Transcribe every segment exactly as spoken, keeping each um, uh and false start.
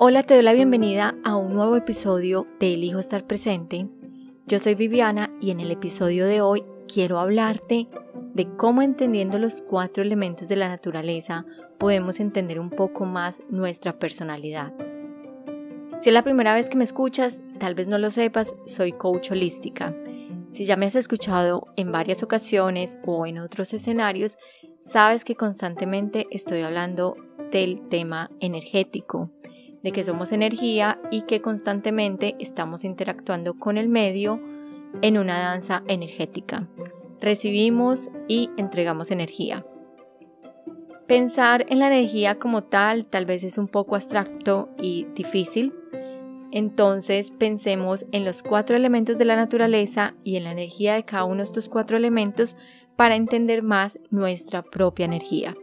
Hola, te doy la bienvenida a un nuevo episodio de Elijo Estar Presente. Yo soy Viviana y en el episodio de hoy quiero hablarte de cómo, entendiendo los cuatro elementos de la naturaleza, podemos entender un poco más nuestra personalidad. Si es la primera vez que me escuchas, tal vez no lo sepas, soy coach holística. Si ya me has escuchado en varias ocasiones o en otros escenarios, sabes que constantemente estoy hablando del tema energético, de que somos energía y que constantemente estamos interactuando con el medio en una danza energética. Recibimos y entregamos energía. Pensar en la energía como tal tal vez es un poco abstracto y difícil. Entonces pensemos en los cuatro elementos de la naturaleza y en la energía de cada uno de estos cuatro elementos para entender más nuestra propia energía.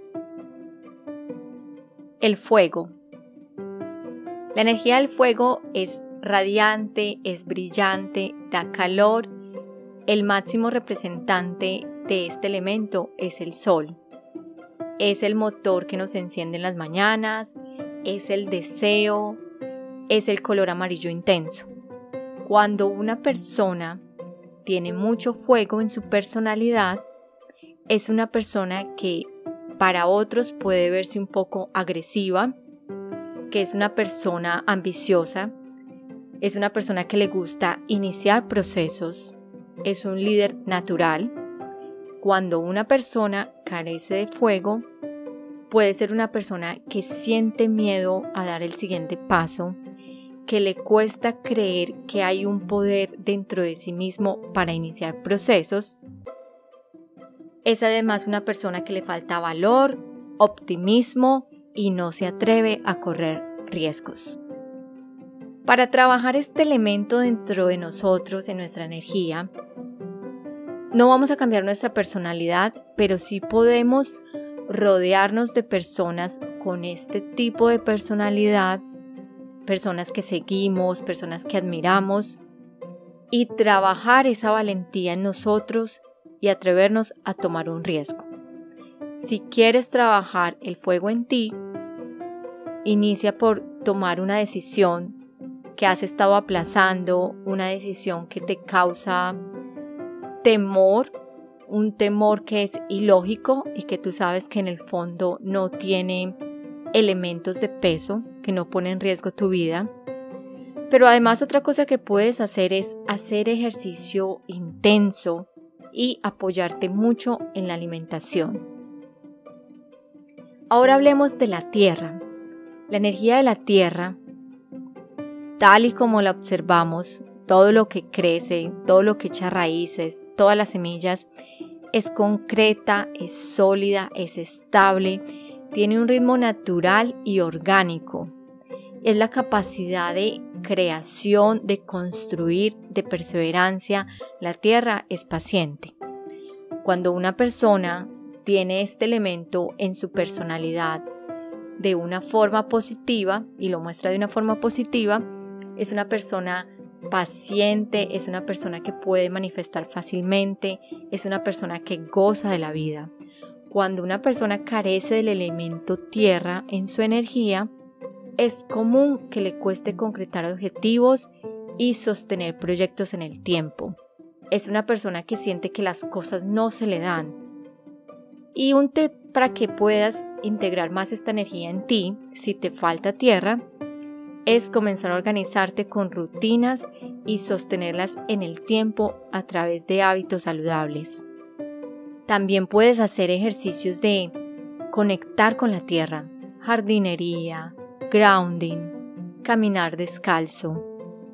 El fuego. La energía del fuego es radiante, es brillante, da calor. El máximo representante de este elemento es el sol. Es el motor que nos enciende en las mañanas, es el deseo, es el color amarillo intenso. Cuando una persona tiene mucho fuego en su personalidad, es una persona que para otros puede verse un poco agresiva, que es una persona ambiciosa, es una persona que le gusta iniciar procesos, es un líder natural. Cuando una persona carece de fuego, puede ser una persona que siente miedo a dar el siguiente paso, que le cuesta creer que hay un poder dentro de sí mismo para iniciar procesos. Es además una persona que le falta valor, optimismo y no se atreve a correr riesgos. Para trabajar este elemento dentro de nosotros, en nuestra energía, no vamos a cambiar nuestra personalidad, pero sí podemos rodearnos de personas con este tipo de personalidad, personas que seguimos, personas que admiramos, y trabajar esa valentía en nosotros y atrevernos a tomar un riesgo. Si quieres trabajar el fuego en ti, inicia por tomar una decisión que has estado aplazando, una decisión que te causa temor, un temor que es ilógico y que tú sabes que en el fondo no tiene elementos de peso, que no pone en riesgo tu vida. Pero además otra cosa que puedes hacer es hacer ejercicio intenso y apoyarte mucho en la alimentación. Ahora hablemos de la tierra. La energía de la tierra, tal y como la observamos, todo lo que crece, todo lo que echa raíces, todas las semillas, es concreta, es sólida, es estable, tiene un ritmo natural y orgánico. Es la capacidad de creación, de construir, de perseverancia. La tierra es paciente. Cuando una persona tiene este elemento en su personalidad de una forma positiva y lo muestra de una forma positiva, es una persona paciente, es una persona que puede manifestar fácilmente, es una persona que goza de la vida. Cuando una persona carece del elemento tierra en su energía, es común que le cueste concretar objetivos y sostener proyectos en el tiempo. Es una persona que siente que las cosas no se le dan. Y un tip para que puedas integrar más esta energía en ti, si te falta tierra, es comenzar a organizarte con rutinas y sostenerlas en el tiempo a través de hábitos saludables. También puedes hacer ejercicios de conectar con la tierra, jardinería, grounding, caminar descalzo.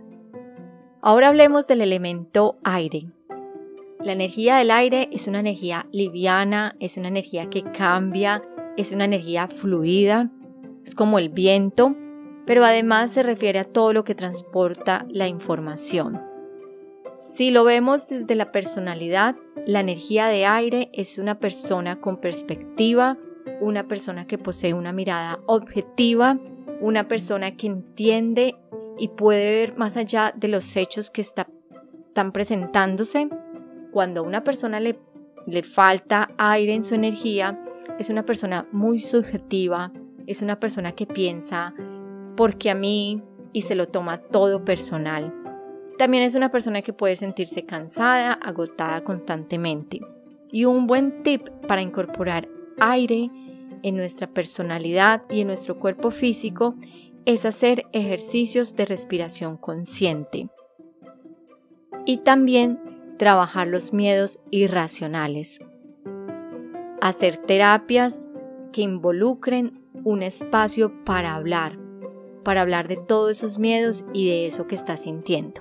Ahora hablemos del elemento aire. La energía del aire es una energía liviana, es una energía que cambia, es una energía fluida, es como el viento, pero además se refiere a todo lo que transporta la información. Si lo vemos desde la personalidad, la energía de aire es una persona con perspectiva, una persona que posee una mirada objetiva, una persona que entiende y puede ver más allá de los hechos que está, están presentándose. Cuando a una persona le, le falta aire en su energía, es una persona muy subjetiva, es una persona que piensa porque a mí, y se lo toma todo personal. También es una persona que puede sentirse cansada, agotada constantemente. Y un buen tip para incorporar aire en nuestra personalidad y en nuestro cuerpo físico es hacer ejercicios de respiración consciente. Y también trabajar los miedos irracionales. Hacer terapias que involucren un espacio para hablar, para hablar de todos esos miedos y de eso que estás sintiendo.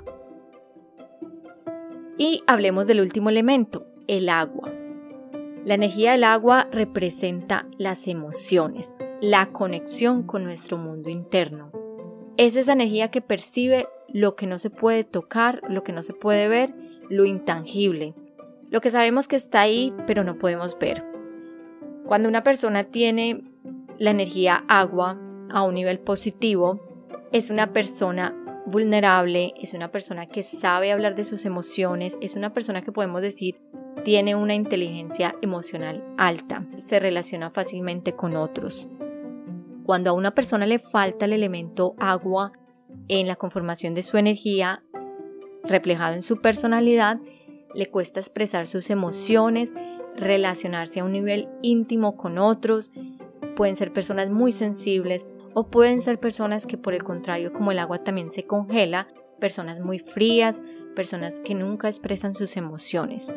Y hablemos del último elemento, el agua. La energía del agua representa las emociones, la conexión con nuestro mundo interno. Es esa energía que percibe lo que no se puede tocar, lo que no se puede ver, lo intangible, lo que sabemos que está ahí pero no podemos ver. Cuando una persona tiene la energía agua a un nivel positivo, es una persona vulnerable, es una persona que sabe hablar de sus emociones, es una persona que podemos decir tiene una inteligencia emocional alta, se relaciona fácilmente con otros. Cuando a una persona le falta el elemento agua en la conformación de su energía, reflejado en su personalidad, le cuesta expresar sus emociones, relacionarse a un nivel íntimo con otros, pueden ser personas muy sensibles o pueden ser personas que por el contrario, como el agua también se congela, personas muy frías, personas que nunca expresan sus emociones.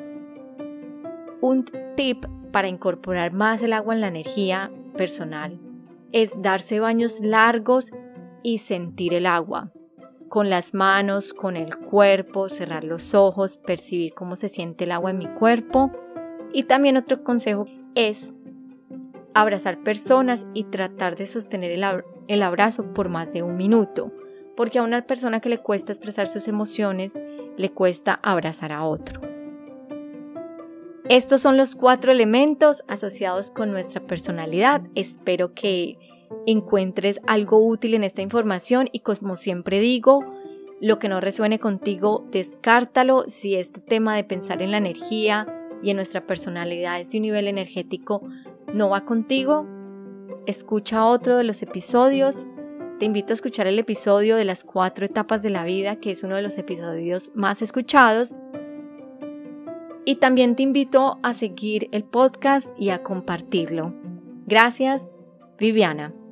Un tip para incorporar más el agua en la energía personal es darse baños largos y sentir el agua. Con las manos, con el cuerpo, cerrar los ojos, percibir cómo se siente el agua en mi cuerpo. Y también otro consejo es abrazar personas y tratar de sostener el, ab- el abrazo por más de un minuto, porque a una persona que le cuesta expresar sus emociones, le cuesta abrazar a otro. Estos son los cuatro elementos asociados con nuestra personalidad. Espero que encuentres algo útil en esta información y, como siempre digo, lo que no resuene contigo, descártalo. Si este tema de pensar en la energía y en nuestra personalidad es de un nivel energético no va contigo, escucha otro de los episodios. Te invito a escuchar el episodio de las cuatro etapas de la vida, que es uno de los episodios más escuchados. Y también te invito a seguir el podcast y a compartirlo. Gracias, Viviana.